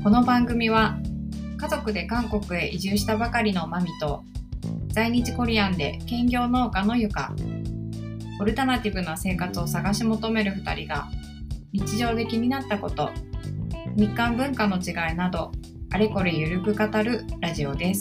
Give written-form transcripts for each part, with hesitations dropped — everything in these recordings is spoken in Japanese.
この番組は家族で韓国へ移住したばかりのマミと在日コリアンで兼業農家のユカ、オルタナティブな生活を探し求める2人が日常で気になったこと、日韓文化の違いなどあれこれゆるく語るラジオです。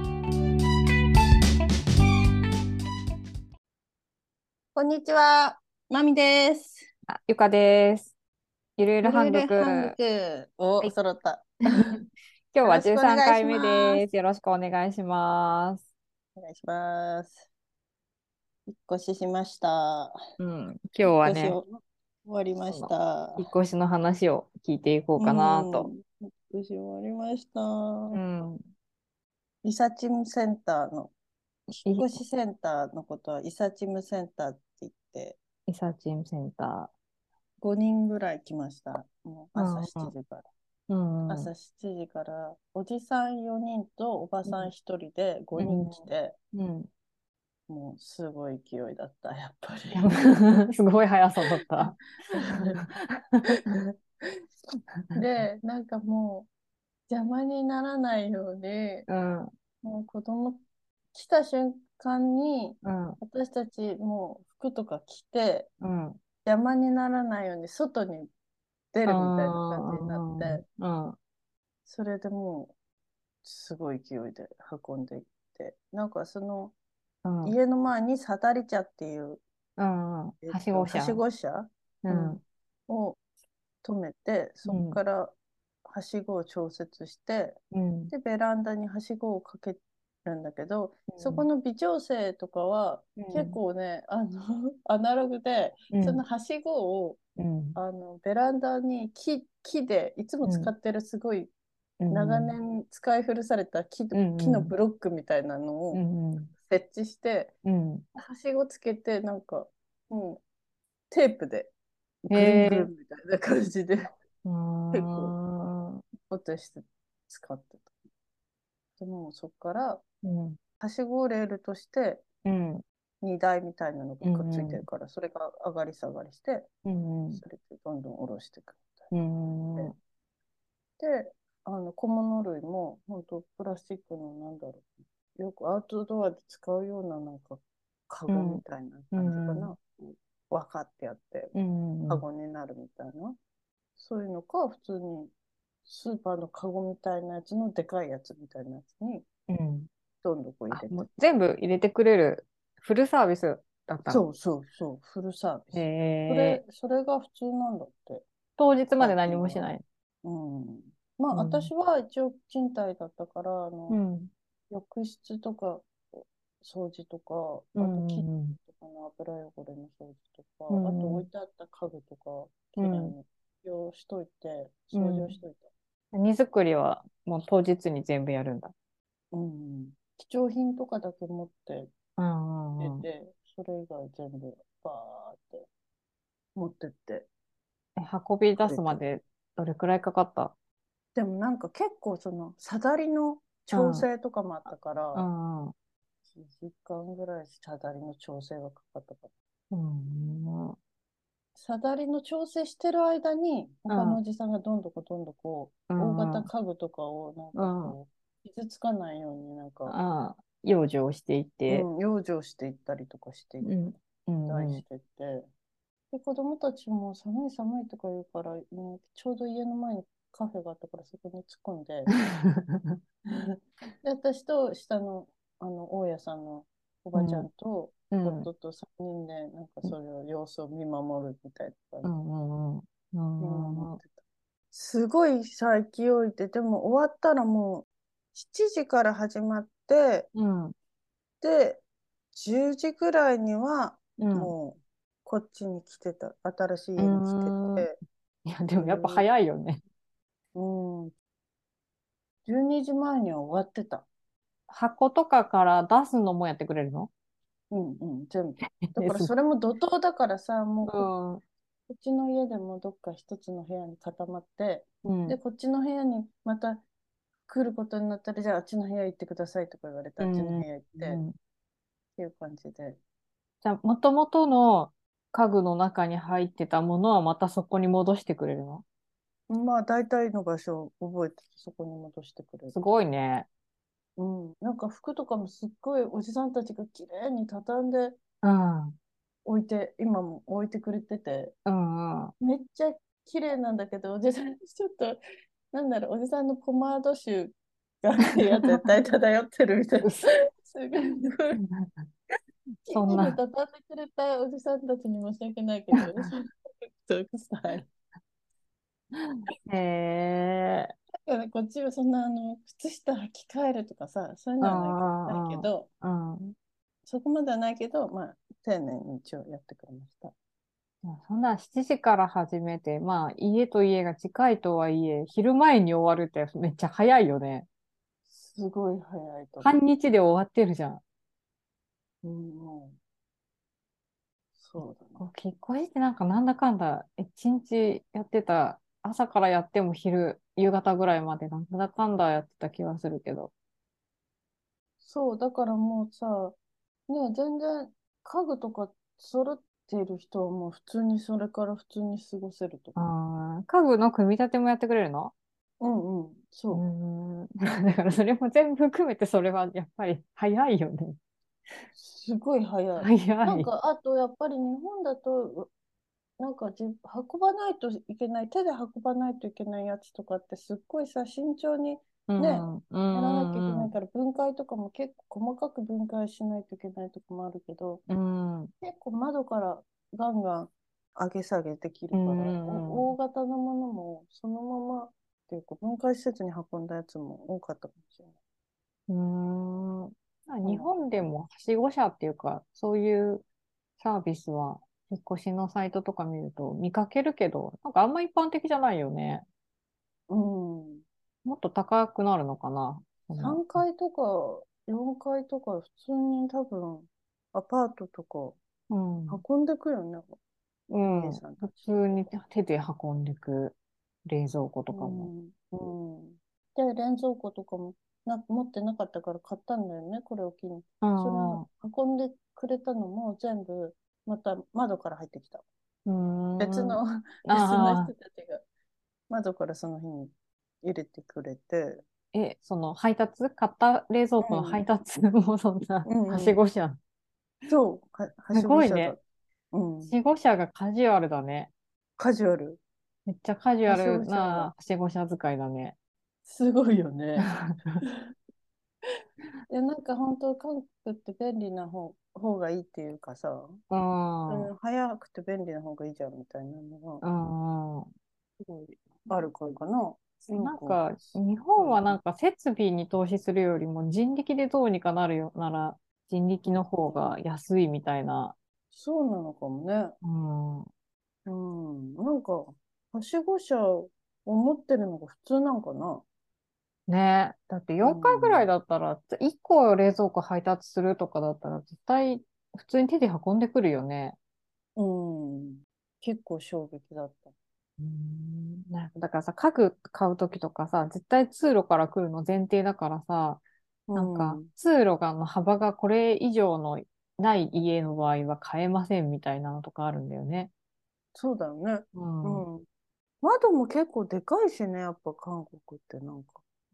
こんにちは、まみです。 ゆかです。ゆるゆるゆるゆ韓国。 る韓国をはい。 揃った。 今日はよろしくお 13 願いし回目ます。 です。よろしくお願いします。 お願いします。引っ越ししました。 うん、今日引はね、 っ越しを終わりましその引った。 越しの話を聞いていこううかなと。 引っ越し終わりました。 うん。 イサチムセンターの、引い、 っ越しセンターのことはイサチムセンターって言って、 イサチンセンタ 5人ぐらい来ました。もうー。う朝ん 7時から。 うん。うん朝7時からおじさん4人とおばさん1人でう 5人来んて、 うん。 もうすごい勢いだった、やっぱり。 すごい速さだった。 で、なんかもう邪魔にならないように、 うん。 もう子供来た瞬間に、 うん。 私たちもう服とか着て、 うん。 邪魔にならないように外に出うるみたいな感じになっん。 て、 うん。 それでもうすごい勢いで運んでいって、なんかそのうん。 家の前にサタリ茶っていう、 うん。はしごはし車。 ご車、うん、 うん。 を止めて、そこうん。 からはしごを調節して、 うん。 で、ベランダにはしごをかけるんだけど、そこうん。 の微調整とかは結うん。 構ね、アナログで、 うん。 そのはしごをうん。 ベランダに木で、いつもうん。 使ってるすごいう長ん。 年使い古されたうん。 木のブロックみたいなのうをん。 設置して、 うん。 はしごつけて、なんか、もうテープでへぐるんぐるえ。 んみたいな感じで、 うー結構、 ん。 音して使ってた。でも、そこから、 うん。 はしごレールとしてうん。 荷台みたいなのがうくっついてん。 るから、それが上がり下がりして、 うん。 それでどんどん下ろしていくみたいうん。 で、で、小物類も、本当プラスチックの、なんだろう、よくアウトドアで使うような、なんか、カゴみたいなうん。 感じかな。分かってやって、 うん。 カゴになるみたいな。そういうのか、普通に、スーパーのカゴみたいなやつのでかいやつみたいなやつに、 うん。 どんどんこう入あ、 れてって。 もう全部入れてくれるフルサービスだったの？ そうそうそう、フルサービへス。 え。 それが普通なんだって、 当日まで最何近は。 もしない。 うん。まあ、 うん。 私は一応賃貸だったから、 うん。 浴室とか掃除とか、 うあとキッチん。うん。 ンとかの油汚れの掃除とうか、あと置いん。 てあった家具とか、 うん。 きれいに用しといて、掃除をしうん。 といた。 荷造りはもう当日に全部やるんだ。 うん。貴重品とかだけ持ってうんうんうん。 出て、それ以外全部バーって持ってって運び出くれた。 すまでどれくらいかかった？ でもなんか結構その、サダリのうん。う調整とかもあったから、 ん。うん。 1時間ぐらいサダリの調整がかかったかな。 うん。 サダリの調整してる間に、 うん。 他のおじさんがどんどんこうう、大ん。うん。 型家具とかをなんうん。 かこう、傷つかないようになんか、 ああ、養生していって。 養生していったりとかしていっうん。うん。うん。 たりしてて、で、子供たちも寒い寒いとか言うから、ちょうど家の前にカフェがあったからそこに突っ込んで、で、私と下の、大家さんのおばちゃうん。 んとうん。 夫と3人で、なんかそれを様子を見守るみたいな感じでうん。うん。 見守っうん。 てた。すごいさ、勢いで、でも終わったらもう7時から始まって、 うん。 で、10時ぐらいにはうん。 もうこっちに来てた、新しいう家に来てん。 て、 いや、でもやっぱ 10、 早いよね。 うん、12時前には終わってた。 箱とかから出すのもやってくれるの？ うんうん、全部。だからすごい。 それも怒涛だからさ、もううん。 こっちの家でもどっか一つの部屋に固まって、で、 うん。 こっちの部屋にまた来ることになったら、じゃああっちの部屋行ってくださいとか言われて、あっちのうん。 部屋行ってっうん。 ていう感じで。 じゃあ、もともとの家具の中に入ってたものはまたそこに戻してくれるの？ まあ大体の場所を覚えててそこに戻してくれる。 すごいね。 うん。なんか服とかもすっごいおじさんたちが綺麗に畳んでうん。うん今も置いてくれてて、 うん。 めっちゃ綺麗なんだけど、おじさん、ちょっと、なんだろう、おじさんのポマード臭が部屋絶対漂ってるみたいな。 うっすすごい、綺麗にそんな。 畳んでくれたおじさんたちに申し訳ないけど、私はちょっと臭い。 へえ。 だからこっちはそんな靴下履き替えるとかさ、そういううのはないけんうんど、 うん。うん。 そこまではないけど、まあ、丁寧に一応やってくれました。 そんな7時から始めて、まあ家と家が近いとはいえ、昼前に終わるってめっちゃ早いよね。 すごい早いと思半日で終わってるじゃん。 う。うん、もう、そうだね。 こう引っ越しってなんだかんだ一日やってた、朝からやっても夕方ぐらいまでなんだかんだやってた気がするけど。 そう、だからもうさ、ね、全然家具とか揃っている人はもう普通にそれから普通に過ごせると思家具の組み立てもやってくれるの？ う。うんうん、 うそう。 ーん。だからそれも全部含めてそれはやっぱり早いよね。 すごい早い。 早い。 なんか、あとやっぱり日本だと、なんか運ばないといけない、手で運ばないといけないやつとかってすっごいさ、慎重にね、 うん、うん、 やらなきゃいけうん、 ないから、分解とかも結構細かく分解しないといけないとこもあるけど、 うん、うん、 結構窓からガンガン上げ下げできうるから、 ん、うん。 大型のものもそのままっていうか分解施設に運んだやつも多かったかもしれない。 うーん。日そう本でもはしご車っていうか、そういうサービスは、引っ越しのサイトとか見ると見かけるけど、あんま一般的じゃないよね。 うん。 もっと高くなるのかな、その。 3階とか4階とか普通に多分アパートとかうん。 運んでくよね、 うお姉ん。 さんた普ち。 通に手で運んでく冷蔵庫とうかも。 ん。うん。で、冷蔵庫とかも持ってなかったから買ったんだよね、これを機に。 うそれん。う運んでくれたのも全部また窓から入ってきた。 ーん。 別の別のああ。 人たちが窓からその日に入れてくれて、 その買った冷蔵庫の配うん、 達もそんな、はうんうん、 しご車。 そう、はすしご車だ。 ごいね。 うん、 はしご車がカジュアルだね。 カジュアル。 めっちゃカジュアはしルご車がなはしご車使いだね。 すごいよね。なんか本当、韓国って便利な方がいいっていうかさ、 うん。 うん、早くて便利な方がいいじゃんみたいなのが、 うん。 すごいあるからかな。なんか、 日本はうん、 設備に投資するよりも人力でどうにかなるよなら人力うん、 の方が安いみたいな。 そうなのかもね。 うん。 うん、なんか、はしご車を持ってるのが普通なんかな。 ね。だってう 4回ぐらいん、 だったら、1個冷蔵庫配達するとかだったら絶対普通に手で運んでくるよね。 うん、結構衝撃だった。 だからさ、家具買うときとかさ、絶対通路から来るの前提だからさ、 うん、 通路の幅がこれ以上のない家の場合は買えませんみたいなのとかあるんだよね。 そうだよね。 うん。 うん。窓も結構でかいしね、やっぱ韓国ってなんか、 うん。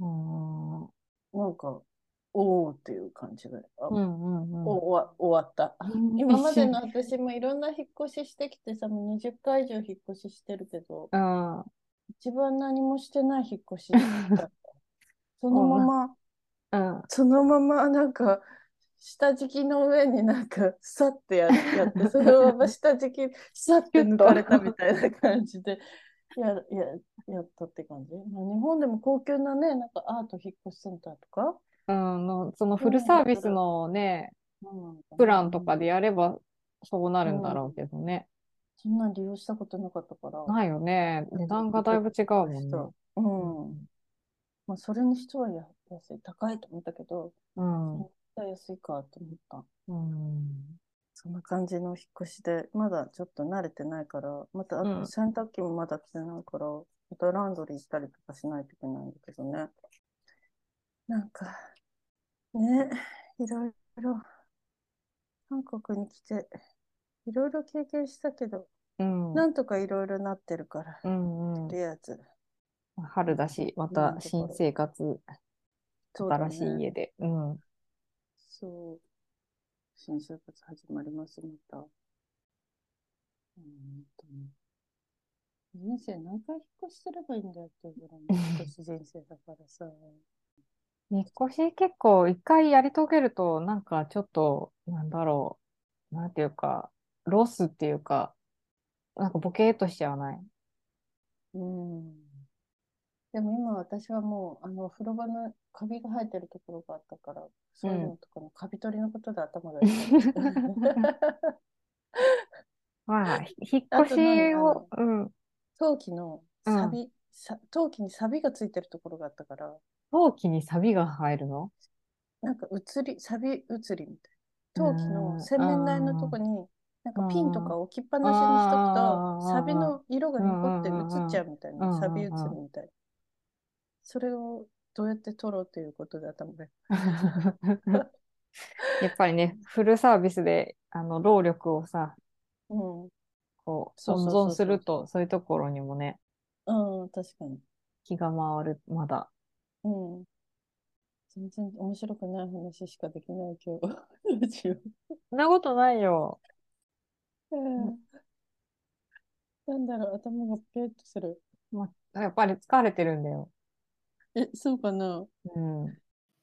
うんなんか、おおっていう感じで。 うんうん。 終わった。今まで一瞬。 の私もいろんな引っ越ししてきてさ、もう20回以上引っ越ししてるけど、 うん。 一番何もしてない引っ越しだった。そのもうな、 まま、 うん。 そのままなんか、下敷きの上になんか、さってやって、そのまま下敷き、さってキュッと。 抜かれたみたいな感じで、や、や、やったって感じ。まあ、日本でも高級なね、なんかアート引っ越しセンターとか、 そのフルそういうのだサービスったら、 のね、 なんなのかプな。 ランとかでやればそうなうるんだろうん。 けどね。 そんなん利用したことなかったから、 ないよね。値段がだいぶ違う結構びっくりもんね。 した。 ううん。まあ、それにしては安い。高いと思ったけど、それん。 にしては安いかと思った。 うん。 そんな感じの引っ越しで、まだちょっと慣れてないから、またあとうん。 洗濯機もまだ来てないから、またランドリーしたりとかしないといけないんだけどね。なんか、ね、いろいろ、韓国に来て、いろいろ経験したけど、 うん。 なんとかいろいろなってるから、 うん。うん。 とりあえず。 春だし、ま今た新のところ。 生活、 そうだ新しいね。 家で。うん。 そう。新生活始まります、また。とね、人生何回引っ越しすればいいんだよっていうぐらいの引っ越し人生だからさ。 引っ越し結構一回やり遂げると、なんかちょっと、なんだろう、なんていうか、ロスっていうか、なんかボケーっとしちゃわない？ うん。でも今私はもう、お風呂場のカビが生えてるところがあったから、そういううん。 のとかのカビ取りのことで頭が痛い。 まあ、引っあ越しと何を、うん、 陶器のうん。 陶器にサビがついてるところがあったから、 陶器に錆が入るの？ なんかサビ移りみたいな。 うー陶器のん、 洗面台のとあーこに、なんかピンとあー、 か置きっぱなしにしとくと、サビあの色がー、うニコって映っん、うん、うん、 ちゃうみたいな、 うん、 サビ移うん、うん。 るみたいな。それをどうやって取ろうということで頭が。 やっぱりね、フルサービスで、労力をさ、 うん。 こう、 そうそう温存そうそうそすると、そういうところにもね、 う。うん、確かに。 気が回る、まだ。 うん。全然面白くない話しかできない今日。どうしよそんなことないよ。 う。なんだろう、頭がペーっとする。 まやっぱり疲れてるんだよ。 え、そうかな。 うん。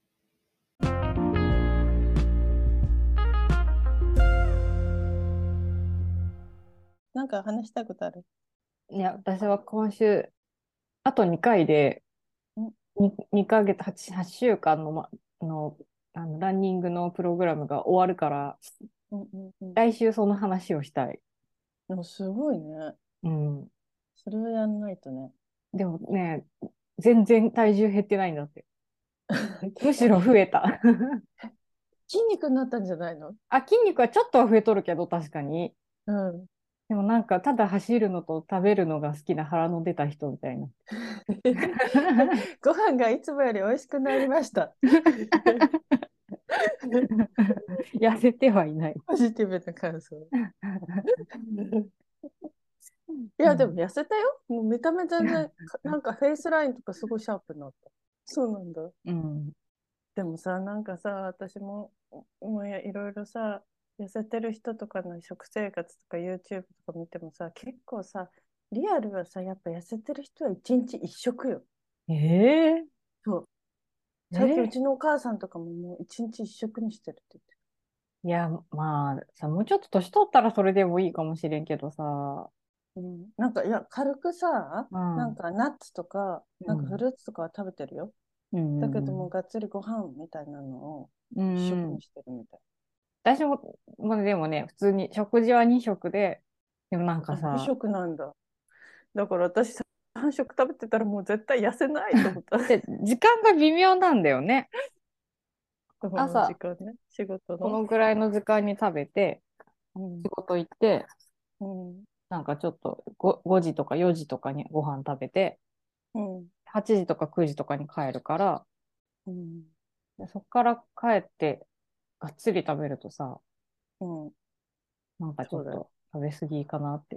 なんか話したいことある？ いや、私は今週、あと2回で、 ん 2ヶ月、8週間の、の、ランニングのプログラムが終わるから、 うんうんうん。 来週その話をしたい。 でもすごいね。 うん。 それをやんないとね。 でもね、全然体重減ってないんだって。むしろえ、 増えた。 筋肉になったんじゃないの？ あ、筋肉はちょっとは増えとるけど、確かに。 うん。 でもなんか、ただ走るのと食べるのが好きな腹の出た人みたいな。 ご飯がいつもより美味しくなりました。 痩せてはいない。 ポジティブな感想。いや、でもうん。 痩せたよ。もう見た目全然、なんかフェイスラインとかすごいシャープになった。そうなんだ。 うん。 でもさ、なんかさ、私も、いろいろさ、痩せてる人とかの食生活とか YouTube とか見てもさ、結構さ、リアルはさ、やっぱ痩せてる人は一日一食よ。 ええそう。最近うええちのお母さんとかももう一日一食にしてるって言っていや、まあ、さ、もうちょっと年取ったらそれでもいいかもしれんけどさ。 る。うん。なんか、いや、軽くさ、 うん。うんなんかナッツとか、なんかフうんルーツとかは食べてるよ。 うだけどんも、がっつりご飯みたいなのをうん。うん。 一食にしてるみたい。 私も、まあ、でもね、普通に食事は2食で、でもなんあ、2 かさ、 食なんだ。だから私3食食べてたらもう絶対痩せないと思った。 で、時間が微妙なんだよね。 この時朝、 間ね、仕事の。 このぐらいの時間に食べて、 うん、 仕事行って、 うん、 なんかちょっと5時とか4時とかにご飯食べて、 うん、 8時とか9時とかに帰るから、 うん、 でそっから帰ってがっつり食べるとさ、 うん、 なんかちょそうだよ。 っと食べ過ぎかなって。 うん、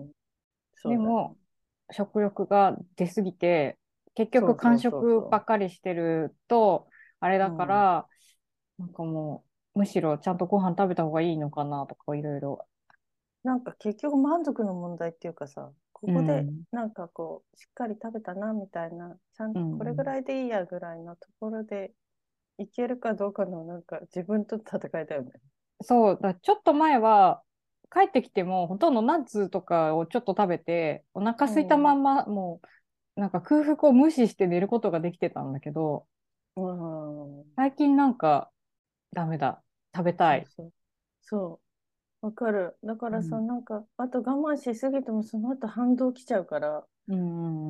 そうだよね。 でも、食欲が出すぎて、結局間そうそうそう食ばそっかりしてると、あれう。 だかうん。 ら、なんかもう、むしろちゃんとご飯食べた方がいいのかなとかいろいろ。 なんか結局満足の問題っていうかさ、こうこでん。 なんかこう、しっかり食べたなみたいな、ちゃんうとこれぐん。 らいでいいやぐらいのところでいけるかどうかのなんか自分との戦いだよね。 そうだ、ちょっと前は、帰ってきても、ほとんどナッツとかをちょっと食べて、お腹空いたまうん。 んま、もう、なんか空腹を無視して寝ることができてたんだけど、 うん。 最近なんか、ダメだ。食べたい。 そうそう。そう。わかる。だからさ、 うん。 なんか、あと我慢しすぎてもその後反動来ちゃうから、 うん。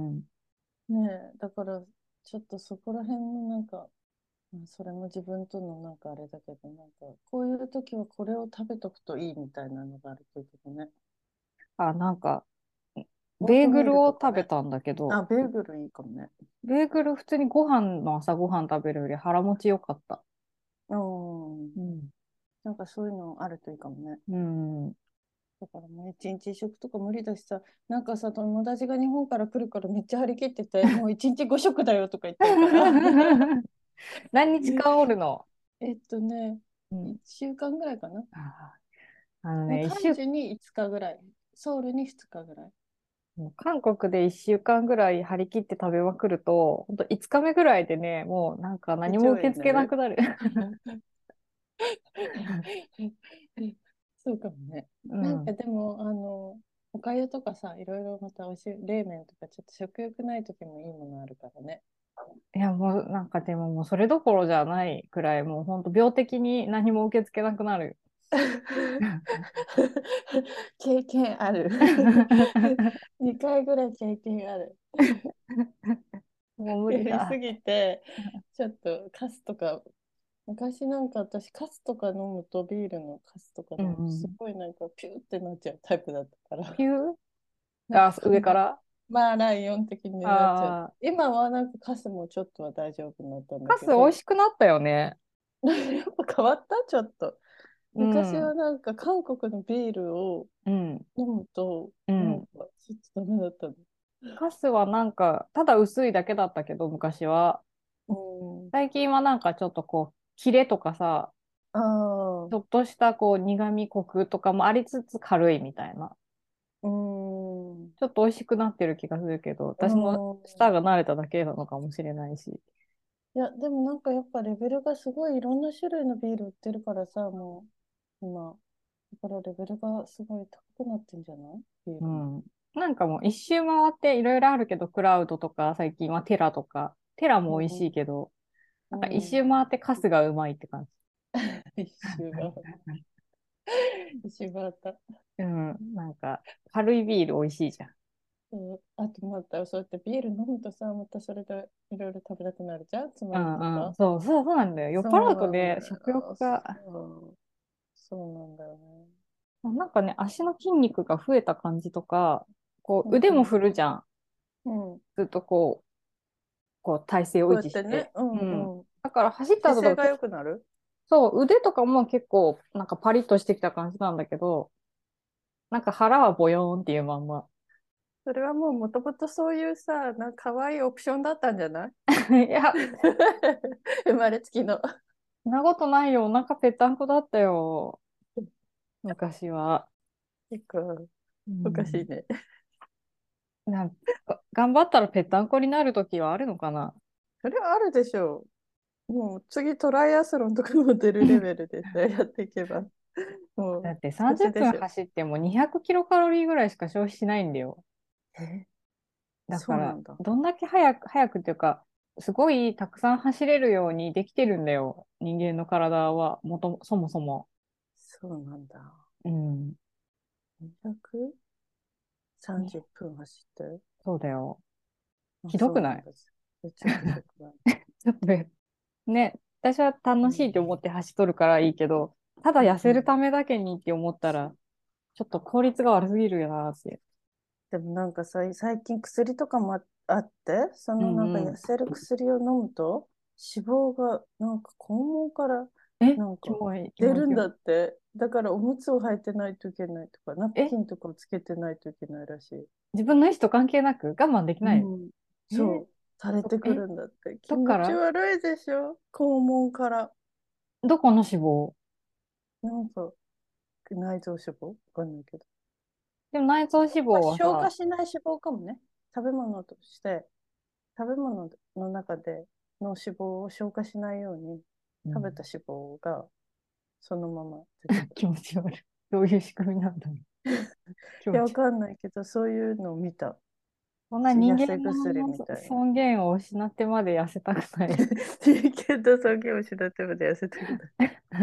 うんねえ、だからちょっとそこら辺のなんか、まあそれも自分とのなんかあれだけど、なんか、こういう時はこれを食べとくといいみたいなのがあるけどね。 あ、なんか、 オートミーベーグルルとかね。 を食べたんだけど、 あ、ベーグルいいかもね。 ベーグル普通にご飯の朝ご飯食べるより腹持ちよかった。 うん。 うん。 なんかそういうのあるといいかもね。 うん。 だからもう一日一食とか無理だしさ、なんかさ、友達が日本から来るからめっちゃ張り切ってて、もう一日5食だよとか言ってるから。 何日間おるの？うん。 1週間ぐらいかな。 一週、 関西に5日ぐらい、ソウルに2日ぐらい。 もう韓国で1週間ぐらい張り切って食べまくると、ほんと5日目ぐらいでね、もうなんか何も胃腸受け付けな炎になる。 くなる。 そうかもね。なんかうん。 でも、おかゆとかさ、いろいろまたおいしい、冷麺とかちょっと食欲ない時もいいものあるからね。 いや、もうなんかでももうそれどころじゃないくらい、もう本当病的に何も受け付けなくなる。 経験ある。2回ぐらい経験ある。 もう無やりす理だ。 ぎて、ちょっとカスとか、昔なんか私カスとか飲むと、ビールのカスとか飲むと、すうんうん。 ごいなんかピューってなっちゃうタイプだったから、 ピュー。 なんか上からまあライオン的になっちゃう。 ああ今はなんかカスもちょっとは大丈夫になったんだカス美味けど、 しくなったよね。 やっぱ変わったちょっと。 うん。 昔はなんか韓国のビールをうん。 飲むと、なんうん。 かちょっとダメだったの。 カスはなんか、ただ薄いだけだったけど、昔は。 うん。 最近はなんかちょっとこう、キレとかさ、 ああ、 ちょっとしたこう、苦味、コクとかもありつつ軽いみたいな。 うん。 ちょっと美味しくなってる気がするけど、 う私の舌ん。 が慣れただけなのかもしれないし。 いや、でもなんかやっぱレベルがすごいいろんな種類のビール売ってるからさ、もう今。だからレベルがすごい高くなってんじゃないビールも。 うん。なんかもう一周回っていろいろあるけど、クラウドとか最近はテラとか、テラも美味しいけど、なんか一うん。うん。 周回ってカスがうまいって感じ。 一周が、一周回った。 うん。なんか軽いビール美味しいじゃん。 そうあとまたそうやってビール飲むとさ、またそれでいろいろ食べたくなるじゃん、つうまみとんうん。 か。 そうなんだよ。酔っ払うとそうなんだね、食欲よ。 が、 そうなんだよね。 なんかね、足の筋肉が増えた感じとか、こう腕もうん振るじゃん。 うん。うん。 ずっとこう体勢を維こうやってね。 持して。 ううん。 んうん。 だから走った後とか姿勢が良くなる。 そう、腕とかも結構なんかパリッとしてきた感じなんだけど、なんか腹はボヨーンっていうまんま。 それはもうもともとそういうさ、なんか可愛いオプションだったんじゃない？ いや、 生まれつきの。 そんなことないよ。お腹ぺったんこだったよ。昔は。 結構うおかしいん。 ね。 なんか頑張ったらぺったんこになるときはあるのかな？ それはあるでしょう。もう次トライアスロンとかも出るレベルでさ、やっていけば、もうだって30分少しでしょ。 走っても200キロカロリーぐらいしか消費しないんだよ。 え、 だから、 そうなんだ。 どんだけ早くっていうか、すごいたくさん走れるようにできてるんだよ。人間の体は、そもそも。 そうなんだ。 うん。 230 ね、 分走って。 そうだよ。 あ、 ひどくない？ そうなんだ。ちょっとショックだ。 ちょっとね、私は楽しいと思って走っとるからいいけど、ただ痩せるうん。 ためだけにって思ったら、ちょっと効率が悪すぎるよなって。 でもなんかさ、最近薬とかもあって、そうのなんかんうん。 痩せる薬を飲むと、脂肪がなんか肛門からなんかキモい、キモい、 出るんだキモい。 って。だからおむつを履いてないといけないとか、ナプえ、 キンとかをつけてないといけないらしい。 自分の意思と関係なく我慢できない？ うん。そう。垂れてくえ、 るんだって。気持ちどっから悪いでしょ肛門から。 どこの脂肪？ なんか内臓脂肪わかんないけど。 でも内臓脂肪まあ、 はさ、 消化しない脂肪かもね。食べ物として、食べ物の中での脂肪を消化しないように、 うん、 食べた脂肪がそのまま出てくる。 気持ち悪い。どういう仕組みなんだろう。気いや、わ持ち悪い。 かんないけど、そういうのを見た。 そんな人間痩せ薬のみたいな。 尊厳を失ってまで痩せたくない。 けど、尊厳を失ってまで痩せてくる。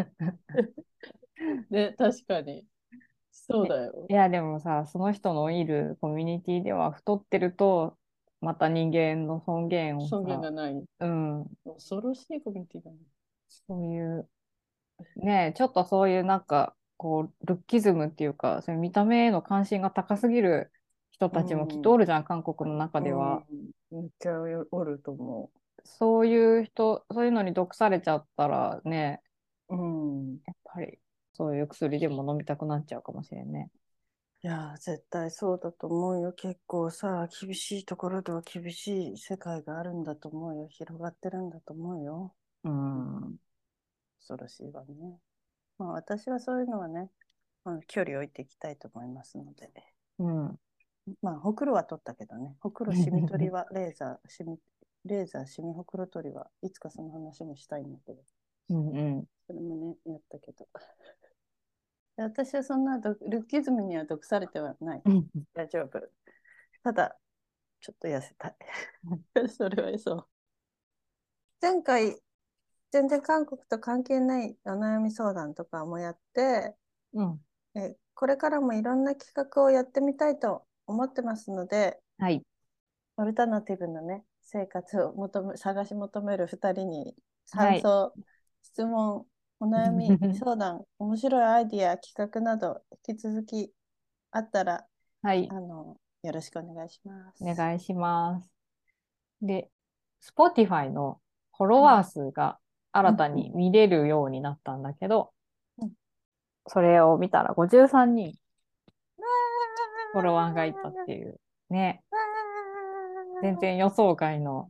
ね、確かに。そうだよ。 いや、でもさ、その人のいるコミュニティでは太ってると、また人間の尊厳を尊厳さ、 がない。 うん、 恐ろしいコミュニティだね。 そういう、ねちょっとそういうなんか、こう、ルッキズムっていうか、そういう見た目への関心が高すぎる人うたちもきっとん。 おるじゃん、韓国の中うでは。 ん。めっちゃおると思そういう人、そういうのに毒されちゃったらね、 う。うん。 やっぱりそういう薬でも飲みたくなっちゃうかもしれんね。 いやー、絶対そうだと思うよ。結構さ、厳しいところでは厳しい世界があるんだと思うよ。広がってるんだと思うよ。恐ろしいわね。まあ私はそういうのはね、距離を置いていきたいと思いますので。まあ、ほくろは取ったけどね。ほくろシミ取りは、レーザーシミほくろ取りはいつかその話もしたいんだけど。それもね、やったけど。私はそんなルッキズムには毒されてはない。大丈夫。ただ、ちょっと痩せたい。それはそう。前回、全然韓国と関係ないお悩み相談とかもやって、これからもいろんな企画をやってみたいと思ってますので、 はい。 オルタナティブなね、生活を探し求める2人に感想、質問、お悩み相談、面白いアイディア、企画など引き続きあったら、よろしくお願いします。 お願いします。で、Spotify のフォロワー数が新たに見れるようになったんだけど、それを見たら53人フォロワーがいたっていうね。全然予想外の。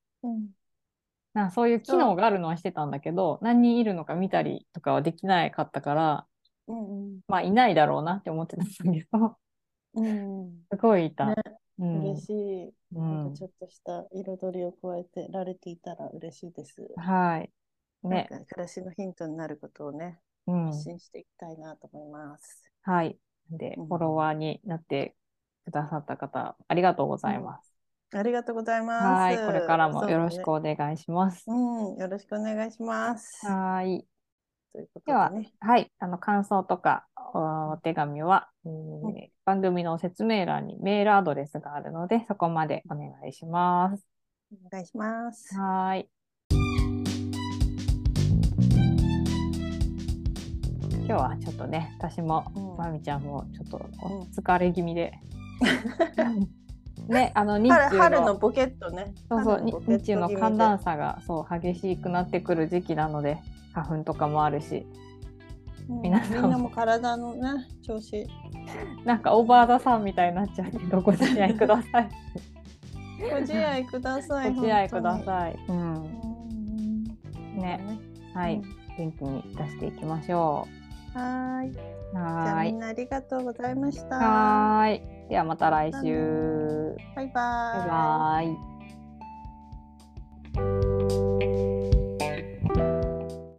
そういう機能があるのはしてたんだけど、何人いるのか見たりとかはできなかったから、まあいないだろうなって思ってたんだけど、すごいいた。 嬉しい。なんかちょっとした彩りを加えてられていたら嬉しいです。 はい。 ね。なんか暮らしのヒントになることをね、発信していきたいなと思います。 はい。で、フォロワーになってくださった方、ありがとうございます。 ありがとうございます。 はい。これからもよろしくお願いします。 よろしくお願いします。 はい。 ということでは、 ね。 はい。感想とかお手紙は、番組の説明欄にメールアドレスがあるので、そこまでお願いします。 お願いします。 はい。今日はちょっとね、私も、まみちゃんもちょっと疲れ気味で。ね、 春のボケットね。 そうそう、日中の寒暖差が激しくなってくる時期なので、花粉とかもあるし。 みんなも体のね、調子。 なんかオーバーザさんみたいになっちゃうけど、ご自愛ください。 ご自愛ください。 ご自愛ください。ね。はい。元気に出していきましょう。はい。じゃあみんなありがとうございました。 はい。ではまた来週。 バイバイ。 バイバイ。